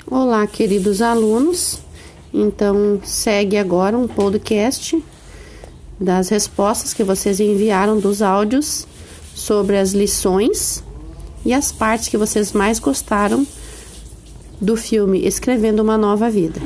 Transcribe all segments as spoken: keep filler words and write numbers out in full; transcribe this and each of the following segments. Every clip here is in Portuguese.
Olá, queridos alunos. Então, segue agora um podcast das respostas que vocês enviaram dos áudios sobre as lições e as partes que vocês mais gostaram do filme Escrevendo uma Nova Vida.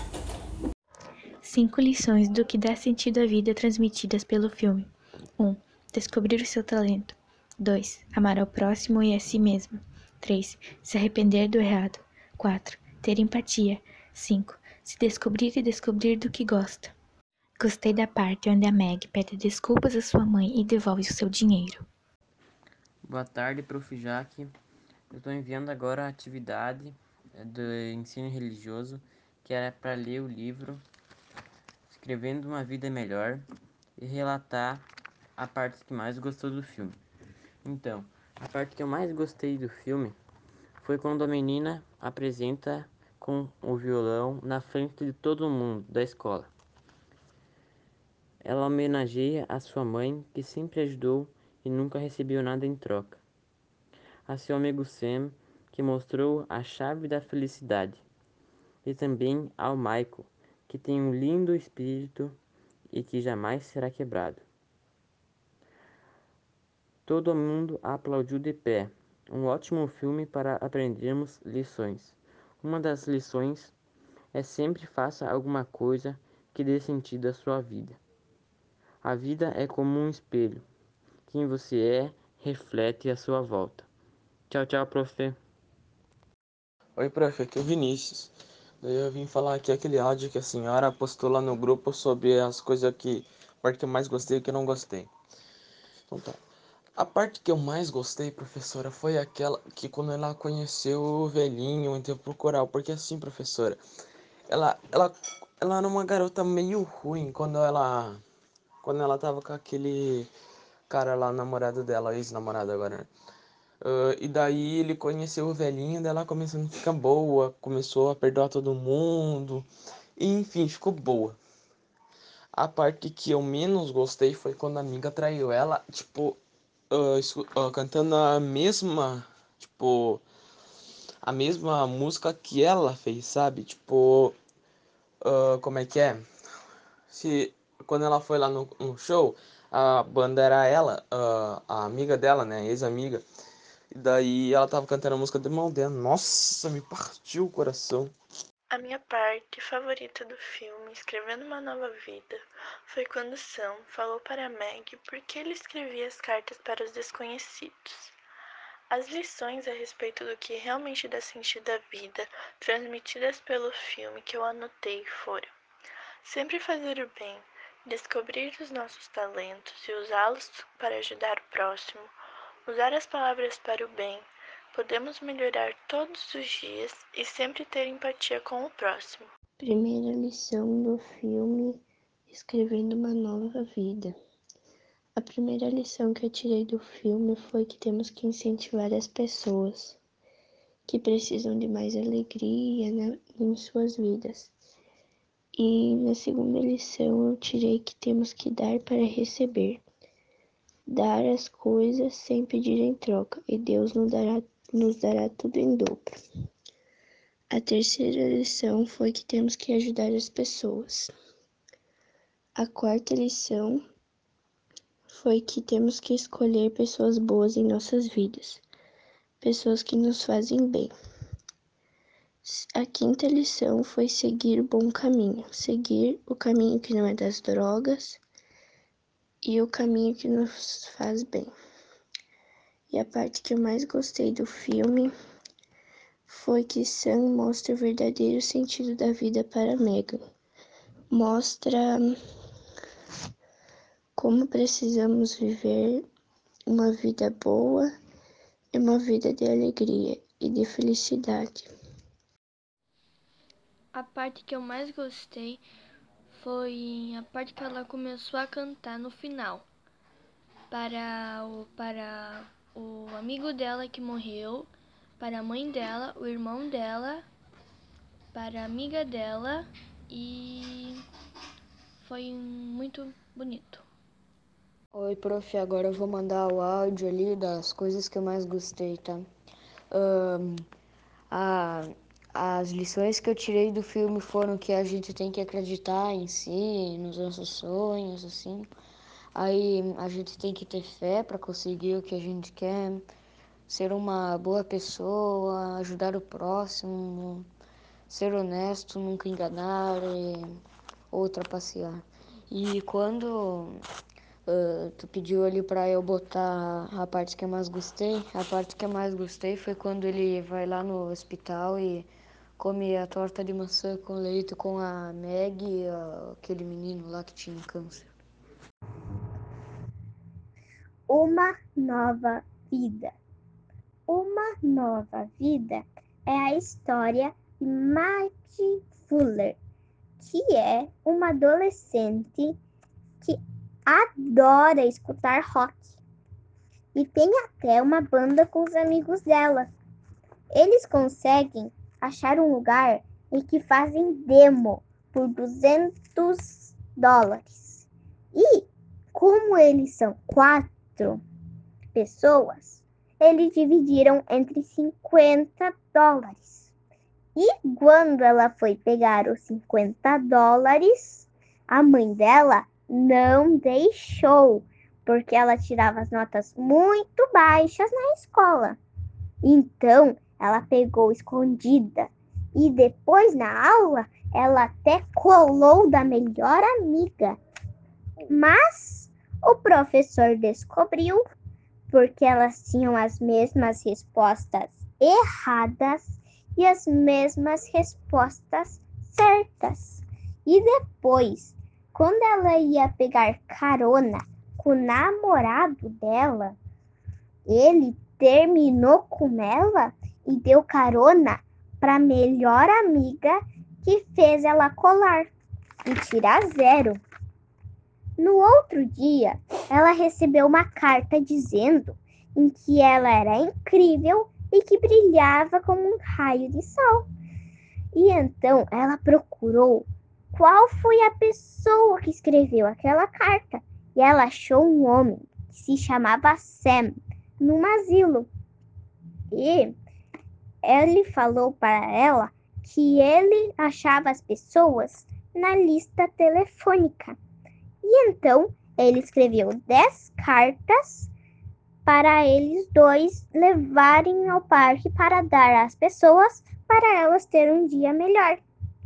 Cinco lições do que dá sentido à vida transmitidas pelo filme. um. Descobrir o seu talento. dois. Amar ao próximo e a si mesmo. três. Se arrepender do errado. quatro. Ter empatia. cinco. Se descobrir e descobrir do que gosta. Gostei da parte onde a Meg pede desculpas à sua mãe e devolve o seu dinheiro. Boa tarde, prof Jaque. Eu estou enviando agora a atividade do ensino religioso, que era para ler o livro Escrevendo uma Vida Melhor e relatar a parte que mais gostou do filme. Então, a parte que eu mais gostei do filme foi quando a menina apresenta com o violão na frente de todo mundo da escola. Ela homenageia a sua mãe, que sempre ajudou e nunca recebeu nada em troca. A seu amigo Sam, que mostrou a chave da felicidade. E também ao Michael, que tem um lindo espírito e que jamais será quebrado. Todo mundo aplaudiu de pé. Um ótimo filme para aprendermos lições. Uma das lições é sempre faça alguma coisa que dê sentido à sua vida. A vida é como um espelho. Quem você é, reflete à sua volta. Tchau, tchau, prof. Oi, prof, aqui é o Vinícius. Daí eu vim falar aqui aquele áudio que a senhora postou lá no grupo sobre as coisas que... a parte que eu mais gostei e que eu não gostei. Então tá. A parte que eu mais gostei, professora, foi aquela que quando ela conheceu o velhinho, entrou pro coral. Porque assim, professora, ela, ela, ela era uma garota meio ruim quando ela... Quando ela tava com aquele cara lá, namorado dela, ex-namorado agora, né? Uh, e daí ele conheceu o velhinho, daí ela começou a ficar boa, começou a perdoar todo mundo, e enfim, ficou boa. A parte que eu menos gostei foi quando a amiga traiu ela, tipo, uh, escu- uh, cantando a mesma, tipo, a mesma música que ela fez, sabe? Tipo, uh, como é que é? Se quando ela foi lá no, no show, a banda era ela, uh, a amiga dela, né, ex-amiga. E daí ela tava cantando a música do irmão dela. Nossa, me partiu o coração. A minha parte favorita do filme, Escrevendo uma Nova Vida, foi quando Sam falou para Meg por que ele escrevia as cartas para os desconhecidos. As lições a respeito do que realmente dá sentido à vida, transmitidas pelo filme que eu anotei foram: sempre fazer o bem, descobrir os nossos talentos e usá-los para ajudar o próximo, usar as palavras para o bem, podemos melhorar todos os dias e sempre ter empatia com o próximo. Primeira lição do filme Escrevendo uma Nova Vida. A primeira lição que eu tirei do filme foi que temos que incentivar as pessoas que precisam de mais alegria, né, em suas vidas. E na segunda lição eu tirei que temos que dar para receber. Dar as coisas sem pedir em troca, e Deus nos dará, nos dará tudo em dobro. A terceira lição foi que temos que ajudar as pessoas. A quarta lição foi que temos que escolher pessoas boas em nossas vidas, pessoas que nos fazem bem. A quinta lição foi seguir o bom caminho, seguir o caminho que não é das drogas e o caminho que nos faz bem. E a parte que eu mais gostei do filme foi que Sam mostra o verdadeiro sentido da vida para Megan. Mostra como precisamos viver uma vida boa e uma vida de alegria e de felicidade. A parte que eu mais gostei foi a parte que ela começou a cantar no final. Para o, para o amigo dela que morreu, para a mãe dela, o irmão dela, para a amiga dela, e foi muito bonito. Oi, prof, agora eu vou mandar o áudio ali das coisas que eu mais gostei, tá? Ahn, a, As lições que eu tirei do filme foram que a gente tem que acreditar em si, nos nossos sonhos, assim. Aí a gente tem que ter fé para conseguir o que a gente quer, ser uma boa pessoa, ajudar o próximo, ser honesto, nunca enganar e, ou trapacear. E quando uh, tu pediu ali para eu botar a parte que eu mais gostei, a parte que eu mais gostei foi quando ele vai lá no hospital e come a torta de maçã com leite com a Meg e uh, aquele menino lá que tinha câncer. Uma nova vida. Uma nova vida é a história de Maggie Fuller, que é uma adolescente que adora escutar rock e tem até uma banda com os amigos dela. Eles conseguem achar um lugar em que fazem demo por duzentos dólares. E como eles são quatro pessoas, eles dividiram entre cinquenta dólares. E quando ela foi pegar os cinquenta dólares, a mãe dela não deixou, porque ela tirava as notas muito baixas na escola. Então, ela pegou escondida e depois na aula, ela até colou da melhor amiga. Mas o professor descobriu porque elas tinham as mesmas respostas erradas e as mesmas respostas certas. E depois, quando ela ia pegar carona com o namorado dela, ele terminou com ela e deu carona para a melhor amiga, que fez ela colar e tirar zero. No outro dia, ela recebeu uma carta dizendo em que ela era incrível e que brilhava como um raio de sol. E então ela procurou qual foi a pessoa que escreveu aquela carta. E ela achou um homem que se chamava Sam, num asilo. E ele falou para ela que ele achava as pessoas na lista telefônica. E então ele escreveu dez cartas para eles dois levarem ao parque para dar às pessoas para elas terem um dia melhor.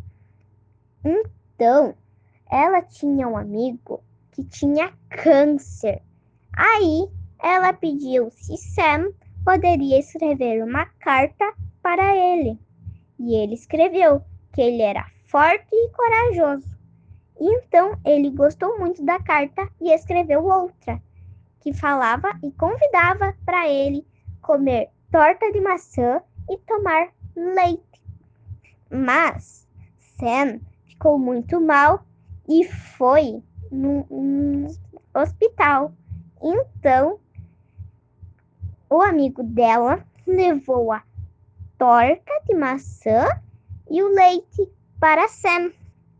Então, ela tinha um amigo que tinha câncer. Aí, ela pediu se Sam poderia escrever uma carta para ele. E ele escreveu que ele era forte e corajoso. Então, ele gostou muito da carta e escreveu outra, que falava e convidava para ele comer torta de maçã e tomar leite. Mas Sam ficou muito mal e foi no, no hospital. Então, o amigo dela levou a torta de maçã e o leite para Sam.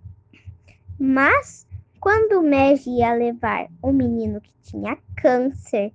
Mas, quando o Meg ia levar o menino que tinha câncer,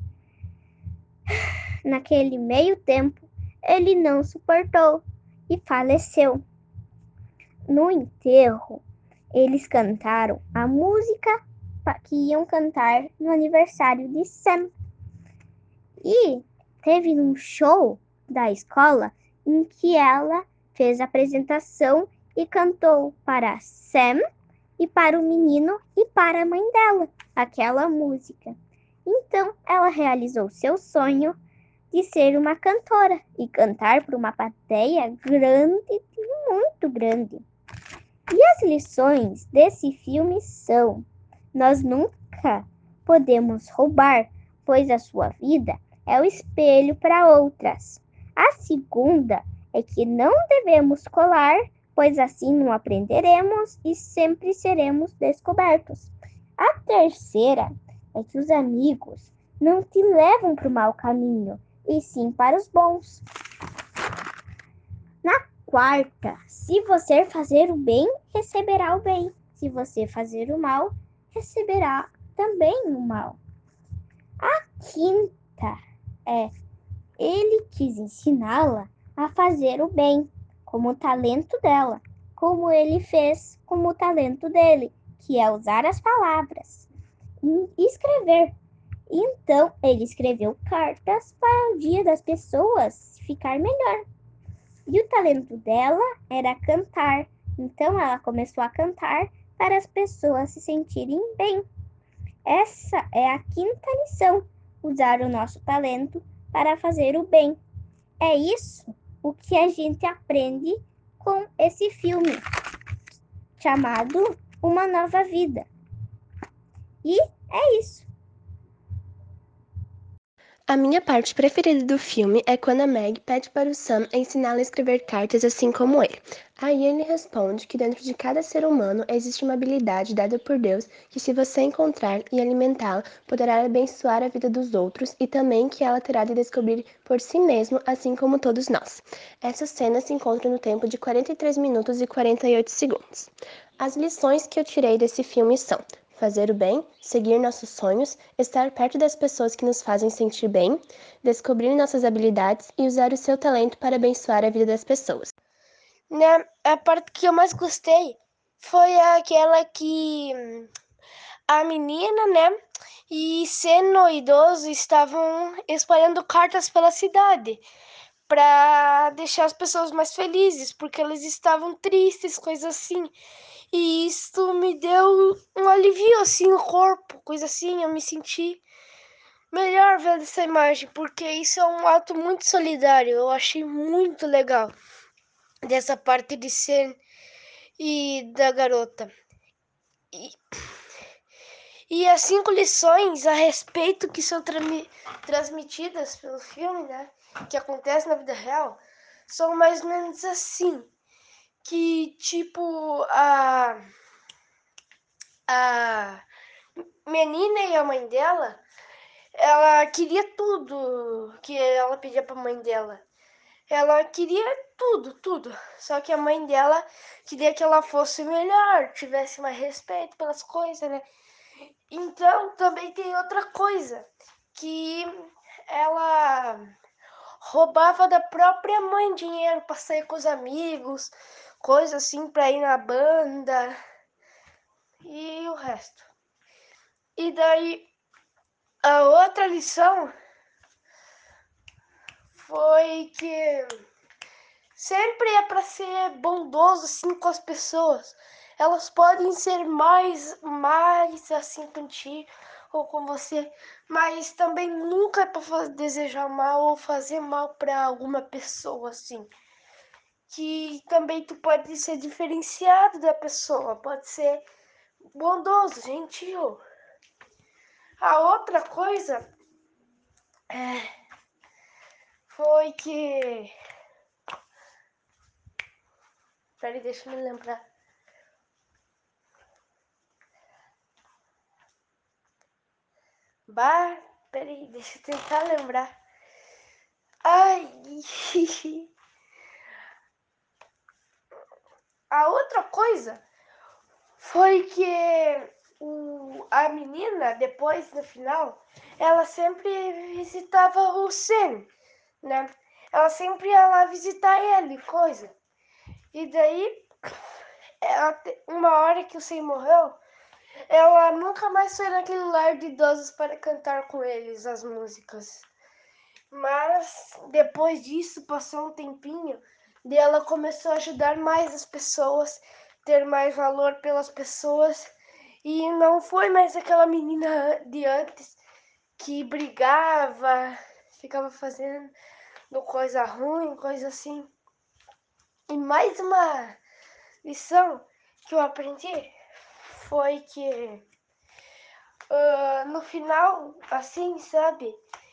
naquele meio tempo, ele não suportou e faleceu. No enterro, eles cantaram a música que iam cantar no aniversário de Sam. E teve um show da escola em que ela fez a apresentação e cantou para Sam e para o menino e para a mãe dela, aquela música. Então, ela realizou seu sonho de ser uma cantora e cantar para uma plateia grande, muito grande. E as lições desse filme são: nós nunca podemos roubar, pois a sua vida é o espelho para outras. A segunda é que não devemos colar, pois assim não aprenderemos e sempre seremos descobertos. A terceira é que os amigos não te levam para o mau caminho, e sim para os bons. Na quarta, se você fazer o bem, receberá o bem. Se você fazer o mal, receberá também o mal. A quinta é: ele quis ensiná-la a fazer o bem. como o talento dela, como ele fez como o talento dele, que é usar as palavras e escrever. Então, ele escreveu cartas para o dia das pessoas ficar melhor. E o talento dela era cantar. Então, ela começou a cantar para as pessoas se sentirem bem. Essa é a quinta lição: usar o nosso talento para fazer o bem. É isso o que a gente aprende com esse filme, chamado Uma Nova Vida. E é isso. A minha parte preferida do filme é quando a Meg pede para o Sam ensiná-la a escrever cartas assim como ele. Aí ele responde que dentro de cada ser humano existe uma habilidade dada por Deus que, se você encontrar e alimentá-la, poderá abençoar a vida dos outros, e também que ela terá de descobrir por si mesmo, assim como todos nós. Essa cena se encontra no tempo de quarenta e três minutos e quarenta e oito segundos. As lições que eu tirei desse filme são: fazer o bem, seguir nossos sonhos, estar perto das pessoas que nos fazem sentir bem, descobrir nossas habilidades e usar o seu talento para abençoar a vida das pessoas. Né? A parte que eu mais gostei foi aquela que a menina, né, e Seno e idoso estavam espalhando cartas pela cidade para deixar as pessoas mais felizes, porque elas estavam tristes, coisa assim. E isso me deu um alívio assim no corpo, coisa assim, eu me senti melhor vendo essa imagem, porque isso é um ato muito solidário. Eu achei muito legal dessa parte de Sen e da garota. E, e as cinco lições a respeito que são tra transmitidas pelo filme, né, que acontece na vida real, são mais ou menos assim, que tipo a a menina e a mãe dela, ela queria tudo que ela pedia pra mãe dela. Ela queria tudo, tudo. Só que a mãe dela queria que ela fosse melhor, tivesse mais respeito pelas coisas, né? Então, também tem outra coisa, que ela roubava da própria mãe dinheiro pra sair com os amigos, coisa assim, pra ir na banda e o resto. E daí, a outra lição foi que sempre é para ser bondoso assim com as pessoas. Elas podem ser mais, mais assim contigo ou com você, mas também nunca é para desejar mal ou fazer mal para alguma pessoa assim. Que também tu pode ser diferenciado da pessoa, pode ser bondoso, gentil. A outra coisa é, foi que... Peraí, deixa eu me lembrar. Bah, peraí, deixa eu tentar lembrar. Ai... A outra coisa foi que o, a menina, depois, no final, ela sempre visitava o Sen, né? Ela sempre ia lá visitar ele, coisa. E daí, ela, uma hora que o Sen morreu, ela nunca mais foi naquele lar de idosos para cantar com eles as músicas. Mas depois disso, passou um tempinho, e ela começou a ajudar mais as pessoas, ter mais valor pelas pessoas, e não foi mais aquela menina de antes que brigava, ficava fazendo coisa ruim, coisa assim. E mais uma lição que eu aprendi foi que uh, no final, assim, sabe,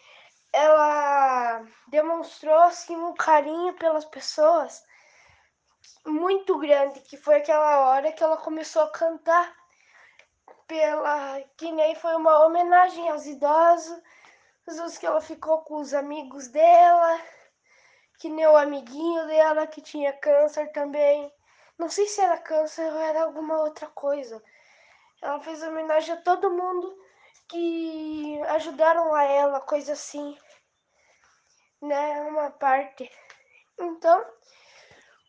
ela demonstrou assim um carinho pelas pessoas muito grande, que foi aquela hora que ela começou a cantar pela, que nem foi uma homenagem aos idosos, os que ela ficou com os amigos dela, que nem o amiguinho dela que tinha câncer também. Não sei se era câncer ou era alguma outra coisa. Ela fez homenagem a todo mundo que ajudaram a ela, coisa assim, né? Uma parte. Então,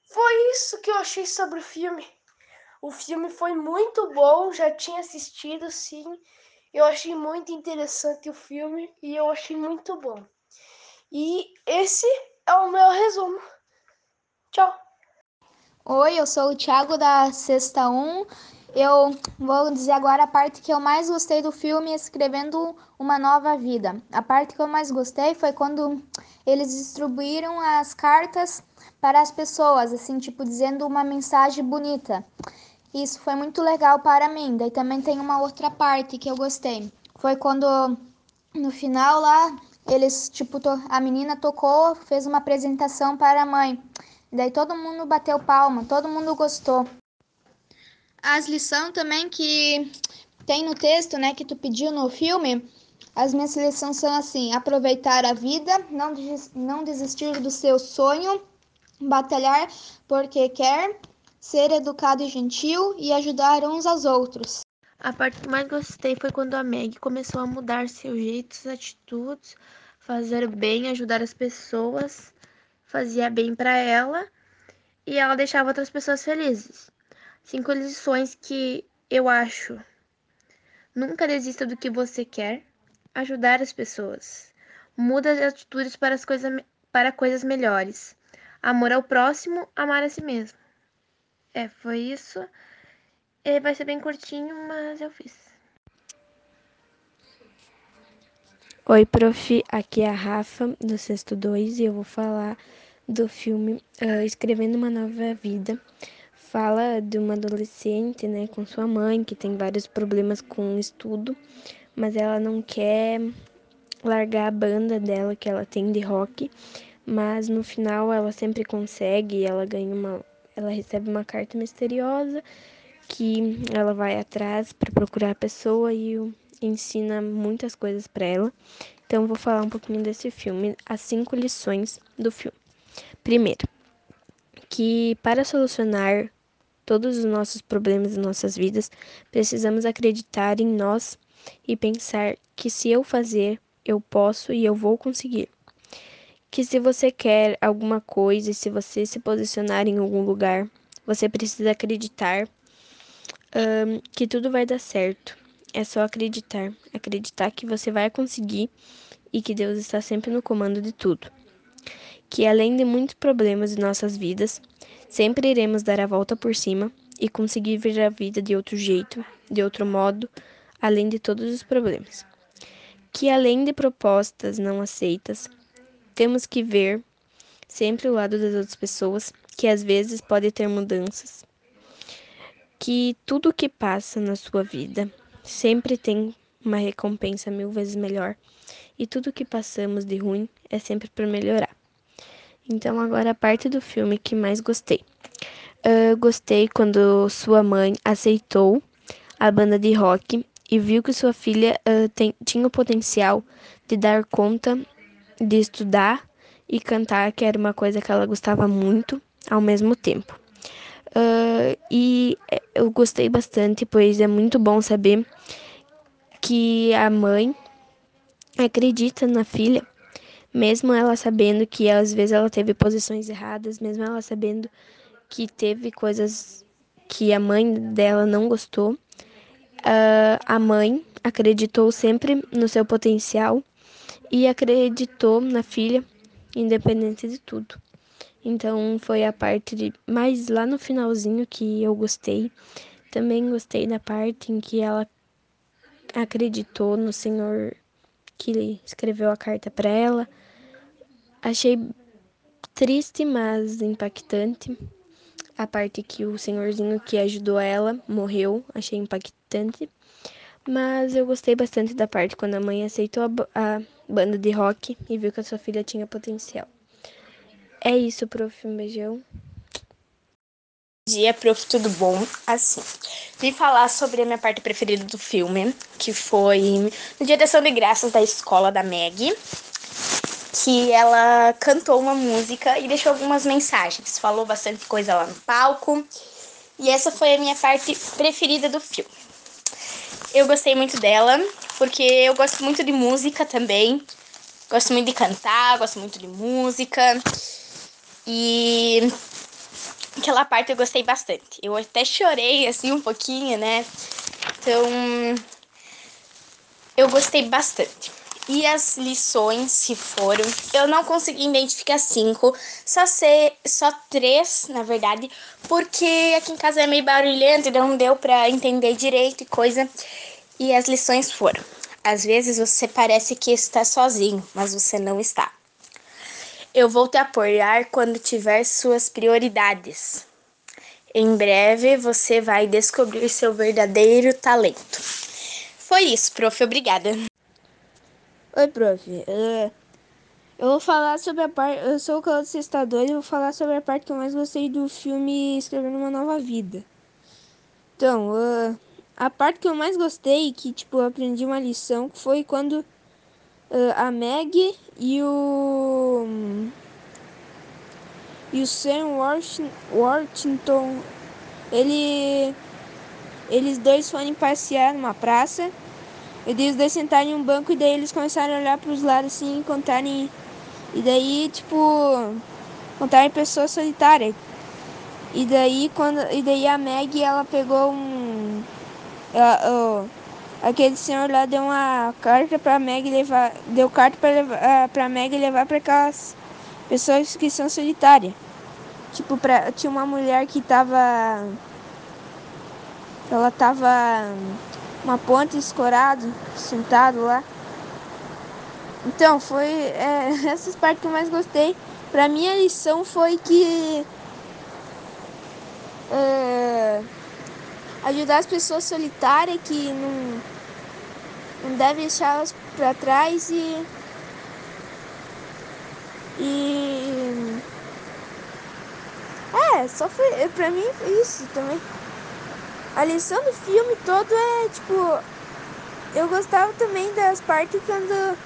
foi isso que eu achei sobre o filme. O filme foi muito bom, já tinha assistido, sim. Eu achei muito interessante o filme e eu achei muito bom. E esse é o meu resumo. Tchau. Oi, eu sou o Thiago da Sexta um. Eu vou dizer agora a parte que eu mais gostei do filme, Escrevendo uma Nova Vida. A parte que eu mais gostei foi quando eles distribuíram as cartas para as pessoas, assim, tipo, dizendo uma mensagem bonita. Isso foi muito legal para mim. Daí também tem uma outra parte que eu gostei. Foi quando no final lá, eles, tipo, to- a menina tocou, fez uma apresentação para a mãe. Daí todo mundo bateu palma, todo mundo gostou. As lições também que tem no texto, né, que tu pediu no filme, as minhas lições são assim: aproveitar a vida, não, des- não desistir do seu sonho, batalhar porque quer, ser educado e gentil e ajudar uns aos outros. A parte que mais gostei foi quando a Meg começou a mudar seus jeitos, atitudes, fazer bem, ajudar as pessoas, fazia bem pra ela e ela deixava outras pessoas felizes. Cinco lições que eu acho: nunca desista do que você quer, ajudar as pessoas, muda as atitudes para as coisas para coisas melhores, amor ao próximo, amar a si mesmo. É, foi isso. E vai ser bem curtinho, mas eu fiz. Oi, prof. Aqui é a Rafa, do Sexto dois, e eu vou falar do filme uh, Escrevendo uma Nova Vida. Fala de uma adolescente, né, com sua mãe, que tem vários problemas com o estudo, mas ela não quer largar a banda dela que ela tem de rock, mas no final ela sempre consegue, ela ganha uma, ela recebe uma carta misteriosa que ela vai atrás para procurar a pessoa e o, ensina muitas coisas para ela. Então vou falar um pouquinho desse filme, as cinco lições do filme. Primeiro, que para solucionar todos os nossos problemas em nossas vidas, precisamos acreditar em nós e pensar que se eu fazer, eu posso e eu vou conseguir. Que se você quer alguma coisa e se você se posicionar em algum lugar, você precisa acreditar um, que tudo vai dar certo. É só acreditar, acreditar que você vai conseguir e que Deus está sempre no comando de tudo. Que além de muitos problemas em nossas vidas, sempre iremos dar a volta por cima e conseguir ver a vida de outro jeito, de outro modo, além de todos os problemas. Que além de propostas não aceitas, temos que ver sempre o lado das outras pessoas, que às vezes pode ter mudanças. Que tudo que passa na sua vida sempre tem uma recompensa mil vezes melhor. E tudo que passamos de ruim é sempre para melhorar. Então agora a parte do filme que mais gostei. Uh, gostei quando sua mãe aceitou a banda de rock e viu que sua filha uh, tem, tinha o potencial de dar conta de estudar e cantar, que era uma coisa que ela gostava muito ao mesmo tempo. Uh, e eu gostei bastante, pois é muito bom saber que a mãe acredita na filha, mesmo ela sabendo que às vezes ela teve posições erradas, mesmo ela sabendo que teve coisas que a mãe dela não gostou. Uh, a mãe acreditou sempre no seu potencial e acreditou na filha, independente de tudo. Então foi a parte de, mais lá no finalzinho que eu gostei. Também gostei da parte em que ela acreditou no Senhor que escreveu a carta para ela. Achei triste, mas impactante. A parte que o senhorzinho que ajudou ela morreu, achei impactante. Mas eu gostei bastante da parte quando a mãe aceitou a, a banda de rock e viu que a sua filha tinha potencial. É isso, prof. Um beijão. Bom dia, prof, tudo bom? Assim, vim falar sobre a minha parte preferida do filme, que foi no dia da ação de graças da escola da Meg, que ela cantou uma música e deixou algumas mensagens, falou bastante coisa lá no palco, e essa foi a minha parte preferida do filme. Eu gostei muito dela, porque eu gosto muito de música também, gosto muito de cantar, gosto muito de música, e aquela parte eu gostei bastante. Eu até chorei, assim, um pouquinho, né? Então, eu gostei bastante. E as lições que foram, eu não consegui identificar cinco, só ser, só três, na verdade, porque aqui em casa é meio barulhento e não deu pra entender direito e coisa. E as lições foram: às vezes você parece que está sozinho, mas você não está. Eu vou te apoiar quando tiver suas prioridades. Em breve você vai descobrir seu verdadeiro talento. Foi isso, prof. Obrigada. Oi, prof. Uh, eu vou falar sobre a parte... Eu sou o Claudio Sexta dois e vou falar sobre a parte que eu mais gostei do filme Escrevendo uma Nova Vida. Então, uh, a parte que eu mais gostei, que tipo, eu aprendi uma lição, foi quando uh, a Meg e o... E o Sam Worthington, ele... Eles dois foram passear numa praça. E daí os dois sentaram em um banco e daí eles começaram a olhar pros lados assim e contarem. E daí, tipo, contarem pessoas solitárias. E daí quando. E daí a Meg, ela pegou um. Ela, oh, aquele senhor lá deu uma carta pra Meg levar. Deu carta pra, levar, pra Meg levar pra aquelas pessoas que são solitárias. Tipo, pra, tinha uma mulher que tava. Ela tava uma ponte escorado, sentado lá. Então, foi é, essas partes que eu mais gostei. Pra mim, a lição foi que é, ajudar as pessoas solitárias, que não, não deve deixá-las pra trás e e é, só foi, pra mim foi isso também. A lição do filme todo é, tipo, eu gostava também das partes quando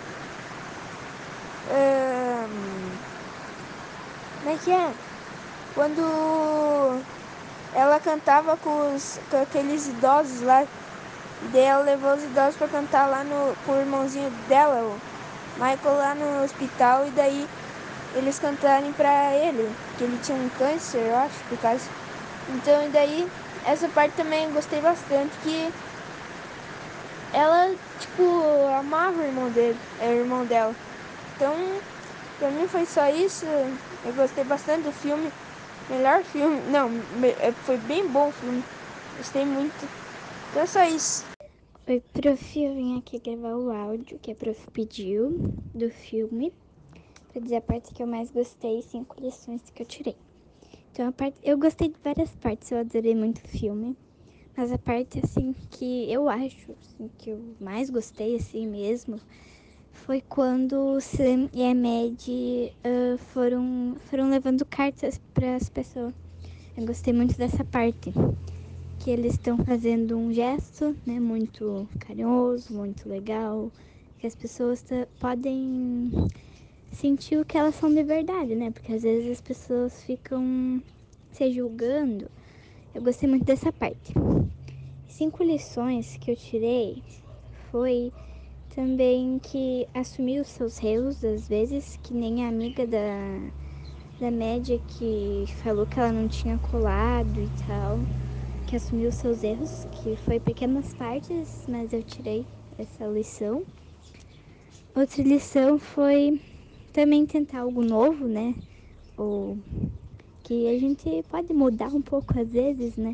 é, como é que é? Quando ela cantava com, os, com aqueles idosos lá. E daí ela levou os idosos pra cantar lá no, com o irmãozinho dela, o Michael, lá no hospital. E daí eles cantarem pra ele, que ele tinha um câncer, eu acho, por causa. Então, e daí, essa parte também eu gostei bastante, que ela, tipo, amava o irmão dele, é o irmão dela. Então, pra mim foi só isso. Eu gostei bastante do filme. Melhor filme. Não, foi bem bom o filme. Gostei muito. Então é só isso. Oi, prof. Eu vim aqui gravar o áudio que a prof pediu do filme. Pra dizer a parte que eu mais gostei e cinco lições que eu tirei. Então, a parte... eu gostei de várias partes. Eu adorei muito o filme. Mas a parte, assim, que eu acho assim, que eu mais gostei, assim mesmo, foi quando o Sam e a Mad uh, foram, foram levando cartas para as pessoas. Eu gostei muito dessa parte, que eles estão fazendo um gesto, né, muito carinhoso, muito legal, que as pessoas podem sentir o que elas são de verdade, né, porque às vezes as pessoas ficam se julgando. Eu gostei muito dessa parte. Cinco lições que eu tirei foi também que assumir os seus erros, às vezes, que nem a amiga da, da média que falou que ela não tinha colado e tal, que assumiu os seus erros, que foi pequenas partes, mas eu tirei essa lição. Outra lição foi também tentar algo novo, né? Ou que a gente pode mudar um pouco às vezes, né?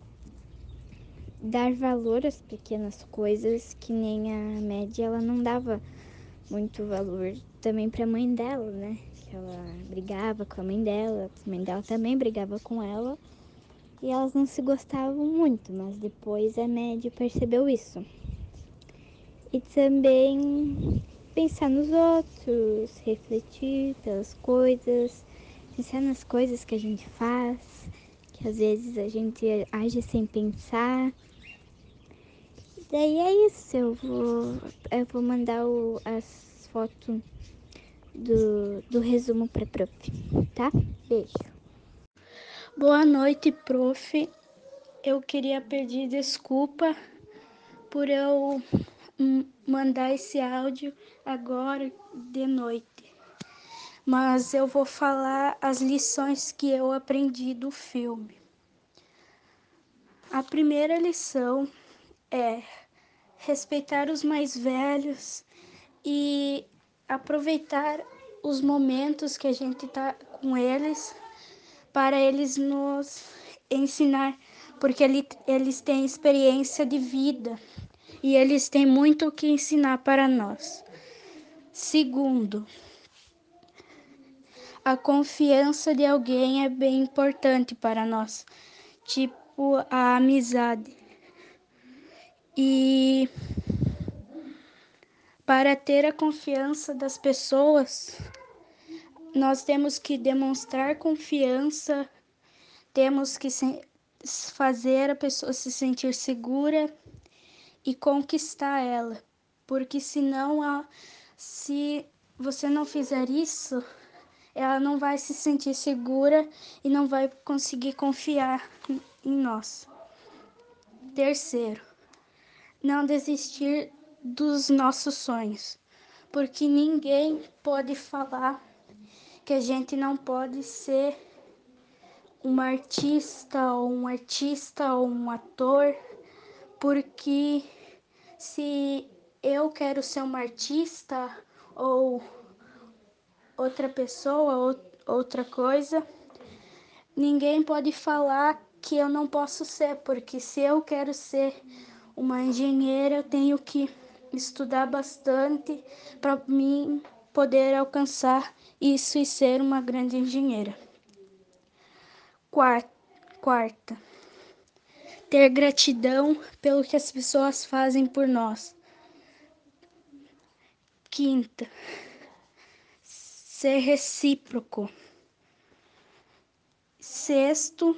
Dar valor às pequenas coisas, que nem a média, ela não dava muito valor também pra mãe dela, né? Que ela brigava com a mãe dela, a mãe dela também brigava com ela. E elas não se gostavam muito, mas depois a média percebeu isso. E também pensar nos outros, refletir pelas coisas, pensar nas coisas que a gente faz, que às vezes a gente age sem pensar. Daí é isso, eu vou, eu vou mandar o, as fotos do, do resumo pra prof, tá? Beijo. Boa noite, prof. Eu queria pedir desculpa por eu mandar esse áudio agora de noite. mas eu vou falar as lições que eu aprendi do filme. A primeira lição é respeitar os mais velhos e aproveitar os momentos que a gente tá com eles para eles nos ensinar, porque ele, eles têm experiência de vida e eles têm muito o que ensinar para nós. Segundo, a confiança de alguém é bem importante para nós, tipo a amizade. E para ter a confiança das pessoas, nós temos que demonstrar confiança, temos que fazer a pessoa se sentir segura e conquistar ela, porque senão, se você não fizer isso, ela não vai se sentir segura e não vai conseguir confiar em nós. Terceiro, não desistir dos nossos sonhos, porque ninguém pode falar que a gente não pode ser uma artista ou um artista ou um ator, porque se eu quero ser uma artista ou outra pessoa ou outra coisa, ninguém pode falar que eu não posso ser, porque se eu quero ser uma engenheira, eu tenho que estudar bastante para mim poder alcançar isso e ser uma grande engenheira. Quarta, quarta, ter gratidão pelo que as pessoas fazem por nós. Quinta, ser recíproco. Sexto,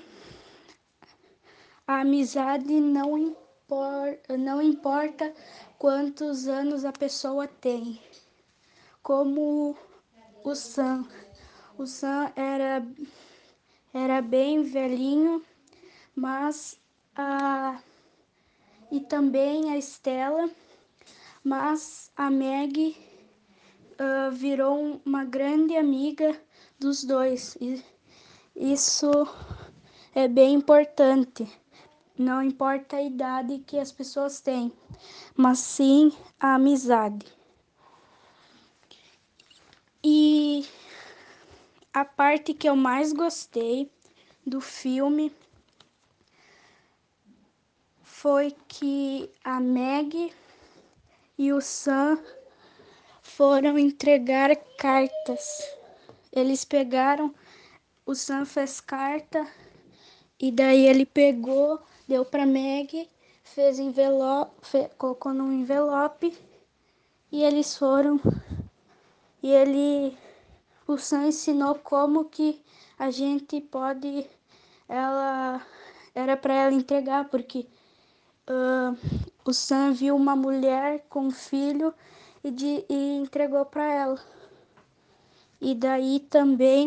a amizade não importa, não importa quantos anos a pessoa tem. Como o Sam. O Sam era, era bem velhinho, mas a... e também a Estela, mas a Meg uh, virou uma grande amiga dos dois. E isso é bem importante. Não importa a idade que as pessoas têm, mas sim a amizade. E a parte que eu mais gostei do filme foi que a Meg e o Sam foram entregar cartas. Eles pegaram, o Sam fez carta e daí ele pegou, deu para Meg, fez envelope, fe, colocou num envelope e eles foram. E ele, o Sam ensinou como que a gente pode, ela era para ela entregar, porque uh, o Sam viu uma mulher com um filho e, de, e entregou para ela. E daí também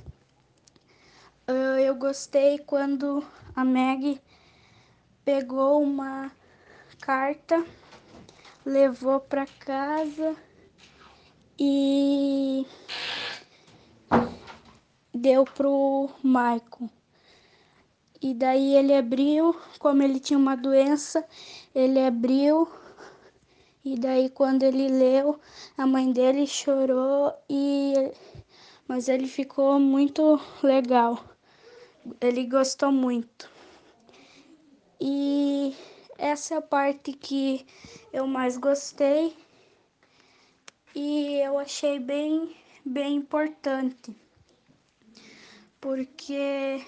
uh, eu gostei quando a Meg pegou uma carta, levou para casa e deu pro Michael. E daí ele abriu, como ele tinha uma doença, ele abriu. E daí quando ele leu, a mãe dele chorou, e mas ele ficou muito legal. Ele gostou muito. E essa é a parte que eu mais gostei. E eu achei bem, bem importante. Porque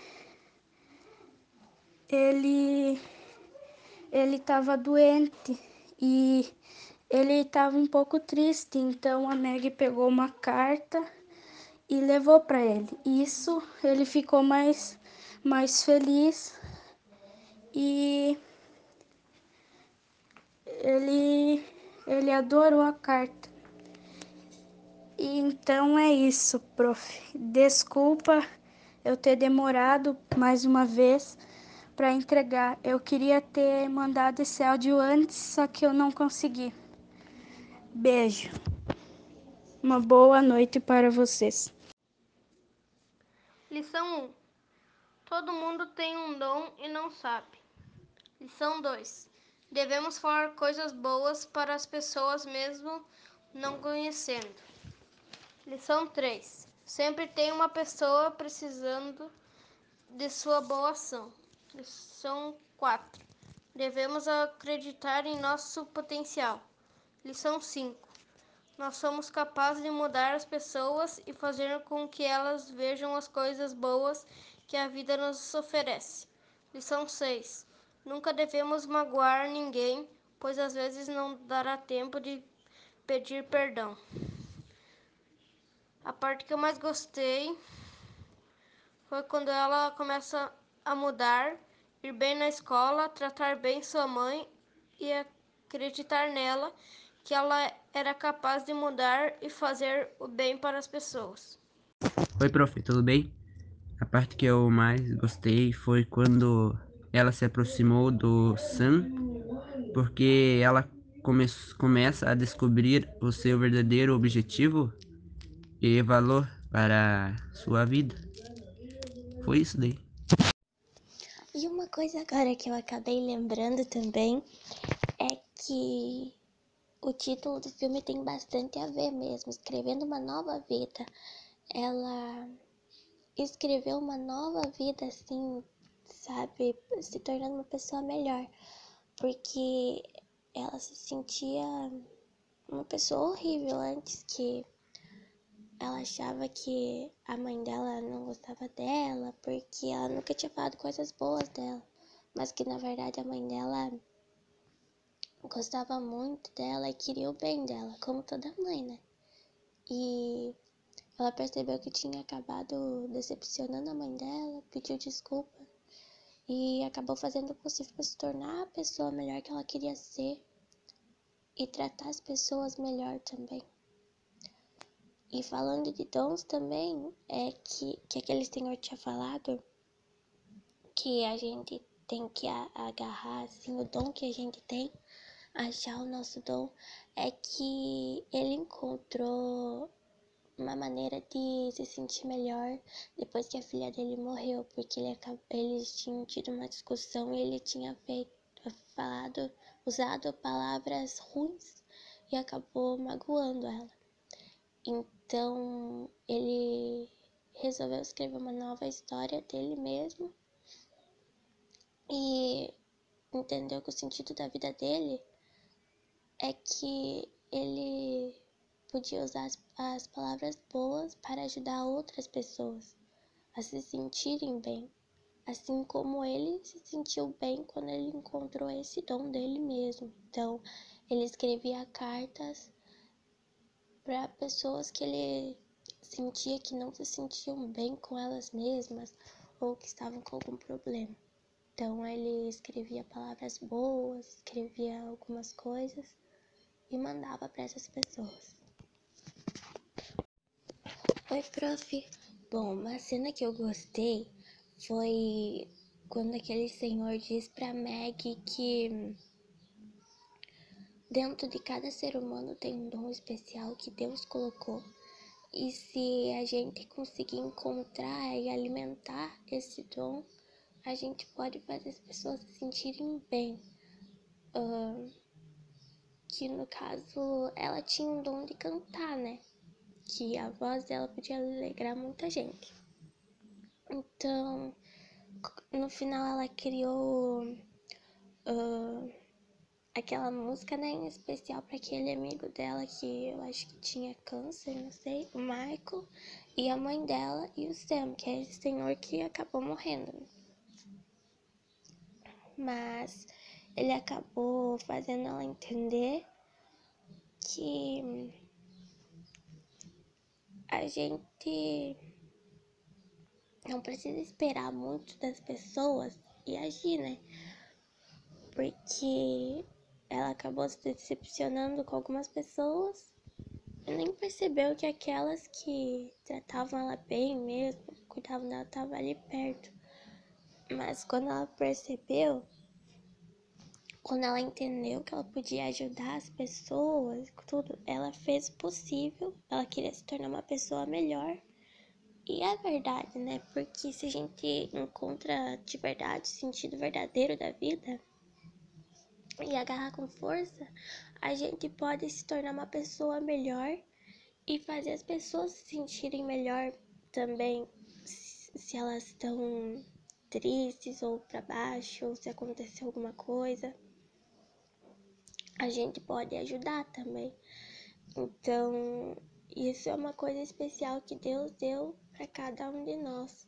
ele ele estava doente e ele estava um pouco triste, então a Meg pegou uma carta e levou para ele. Isso, ele ficou mais, mais feliz e ele, ele adorou a carta. E então é isso, prof. Desculpa eu ter demorado mais uma vez para entregar. Eu queria ter mandado esse áudio antes, só que eu não consegui. Beijo. Uma boa noite para vocês. Lição um. Todo mundo tem um dom e não sabe. Lição dois. Devemos falar coisas boas para as pessoas mesmo não conhecendo. Lição três. Sempre tem uma pessoa precisando de sua boa ação. Lição quatro. Devemos acreditar em nosso potencial. Lição cinco. Nós somos capazes de mudar as pessoas e fazer com que elas vejam as coisas boas que a vida nos oferece. Lição seis. Nunca devemos magoar ninguém, pois às vezes não dará tempo de pedir perdão. A parte que eu mais gostei foi quando ela começa a mudar, ir bem na escola, tratar bem sua mãe e acreditar nela, que ela era capaz de mudar e fazer o bem para as pessoas. Oi, prof, tudo bem? A parte que eu mais gostei foi quando ela se aproximou do Sam, porque ela come começa a descobrir o seu verdadeiro objetivo e valor para sua vida. Foi isso daí. E uma coisa agora que eu acabei lembrando também é que o título do filme tem bastante a ver mesmo, escrevendo uma nova vida. Ela escreveu uma nova vida, assim, sabe, se tornando uma pessoa melhor, porque ela se sentia uma pessoa horrível antes, que ela achava que a mãe dela não gostava dela, porque ela nunca tinha falado coisas boas dela, mas que na verdade a mãe dela gostava muito dela e queria o bem dela, como toda mãe, né? E ela percebeu que tinha acabado decepcionando a mãe dela, pediu desculpa e acabou fazendo o possível para se tornar a pessoa melhor que ela queria ser e tratar as pessoas melhor também. E falando de dons também, é que, que aquele senhor tinha falado que a gente tem que agarrar assim, o dom que a gente tem, achar o nosso dom, é que ele encontrou uma maneira de se sentir melhor depois que a filha dele morreu, porque ele, eles tinham tido uma discussão e ele tinha feito, falado, usado palavras ruins e acabou magoando ela. Então ele resolveu escrever uma nova história dele mesmo e entendeu que o sentido da vida dele é que ele podia usar as, as palavras boas para ajudar outras pessoas a se sentirem bem, assim como ele se sentiu bem quando ele encontrou esse dom dele mesmo. Então, ele escrevia cartas para pessoas que ele sentia que não se sentiam bem com elas mesmas ou que estavam com algum problema. Então, ele escrevia palavras boas, escrevia algumas coisas e mandava para essas pessoas. Oi, prof. Bom, uma cena que eu gostei foi quando aquele senhor diz pra Meg que dentro de cada ser humano tem um dom especial que Deus colocou. E se a gente conseguir encontrar e alimentar esse dom, a gente pode fazer as pessoas se sentirem bem. Uh, que no caso, ela tinha um dom de cantar, né? Que a voz dela podia alegrar muita gente. Então, no final ela criou uh, aquela música, né, em especial para aquele amigo dela que eu acho que tinha câncer, não sei, o Michael, e a mãe dela e o Sam, que é esse senhor que acabou morrendo. Mas ele acabou fazendo ela entender que a gente não precisa esperar muito das pessoas e agir, né? Porque ela acabou se decepcionando com algumas pessoas e nem percebeu que aquelas que tratavam ela bem mesmo, cuidavam dela, estavam ali perto. Mas quando ela percebeu, quando ela entendeu que ela podia ajudar as pessoas, tudo, ela fez o possível. Ela queria se tornar uma pessoa melhor E é verdade, né? Porque se a gente encontra de verdade o sentido verdadeiro da vida e agarrar com força, a gente pode se tornar uma pessoa melhor e fazer as pessoas se sentirem melhor também, se elas estão tristes ou para baixo, ou se acontecer alguma coisa, a gente pode ajudar também. Então, isso é uma coisa especial que Deus deu para cada um de nós.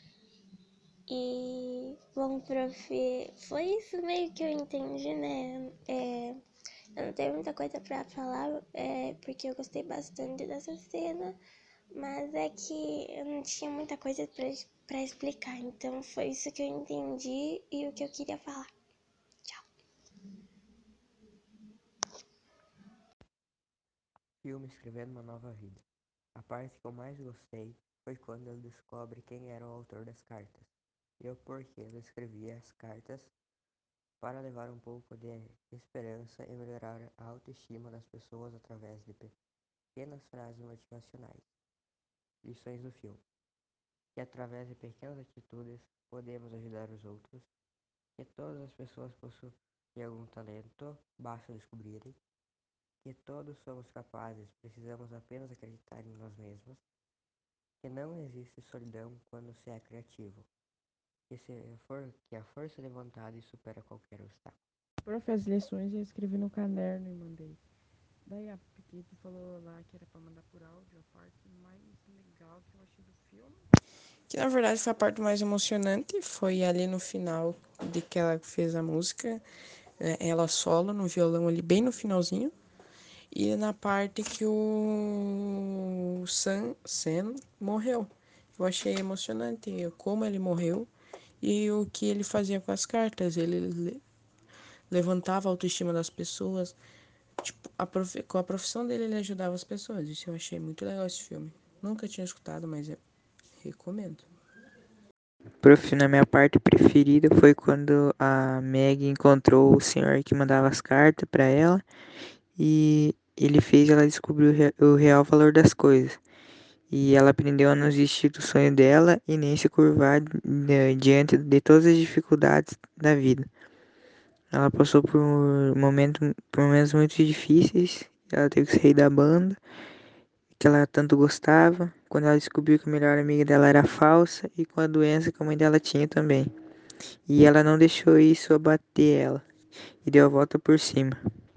E, bom, prof, foi isso meio que eu entendi, né? É, eu não tenho muita coisa pra falar, é, porque eu gostei bastante dessa cena, mas é que eu não tinha muita coisa pra, pra explicar. Então, foi isso que eu entendi e o que eu queria falar. Filme Escrevendo uma Nova Vida. A parte que eu mais gostei foi quando ele descobre quem era o autor das cartas e o porquê ele escrevia as cartas para levar um pouco de esperança e melhorar a autoestima das pessoas através de pequenas frases motivacionais. Lições do filme. Que através de pequenas atitudes podemos ajudar os outros, que todas as pessoas possuem algum talento, basta descobrirem, que todos somos capazes, precisamos apenas acreditar em nós mesmos, que não existe solidão quando se é criativo, que, se for, que a força de vontade supera qualquer obstáculo. Prof, as lições eu escrevi no caderno e mandei. Daí a Piquete falou lá que era pra mandar por áudio a parte mais legal que eu achei do filme. Que na verdade foi a parte mais emocionante, foi ali no final de que ela fez a música, ela solo no violão ali bem no finalzinho. E na parte que o Sam, Sam morreu. Eu achei emocionante como ele morreu e o que ele fazia com as cartas. Ele levantava a autoestima das pessoas. Tipo, a prof... com a profissão dele, ele ajudava as pessoas. Isso eu achei muito legal esse filme. Nunca tinha escutado, mas eu recomendo. Prof, na minha parte preferida foi quando a Meg encontrou o senhor que mandava as cartas para ela e ele fez ela descobrir o, re... o real valor das coisas. E ela aprendeu a não desistir do sonho dela e nem se curvar né, diante de todas as dificuldades da vida. Ela passou por, momento, por momentos muito difíceis, ela teve que sair da banda, que ela tanto gostava, quando ela descobriu que a melhor amiga dela era falsa e com a doença que a mãe dela tinha também. E ela não deixou isso abater ela, e deu a volta por cima.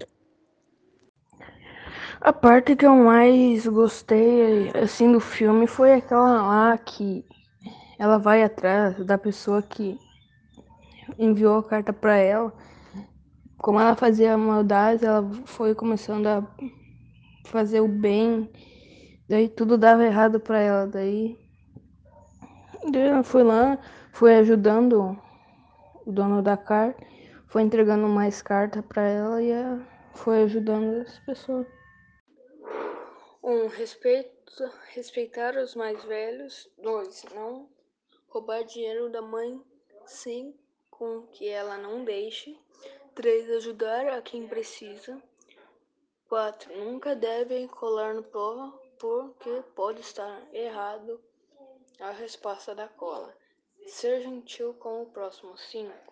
A parte que eu mais gostei, assim, do filme foi aquela lá que ela vai atrás da pessoa que enviou a carta pra ela. Como ela fazia maldade, ela foi começando a fazer o bem. Daí tudo dava errado pra ela. Daí, daí ela foi lá, foi ajudando o dono da carta, foi entregando mais carta pra ela e ela foi ajudando as pessoas. Um, respeito, respeitar os mais velhos. Dois, não roubar dinheiro da mãe sem com que ela não deixe. Três, ajudar a quem precisa. Quatro, nunca devem colar no prova porque pode estar errado a resposta da cola. Ser gentil com o próximo. Cinco,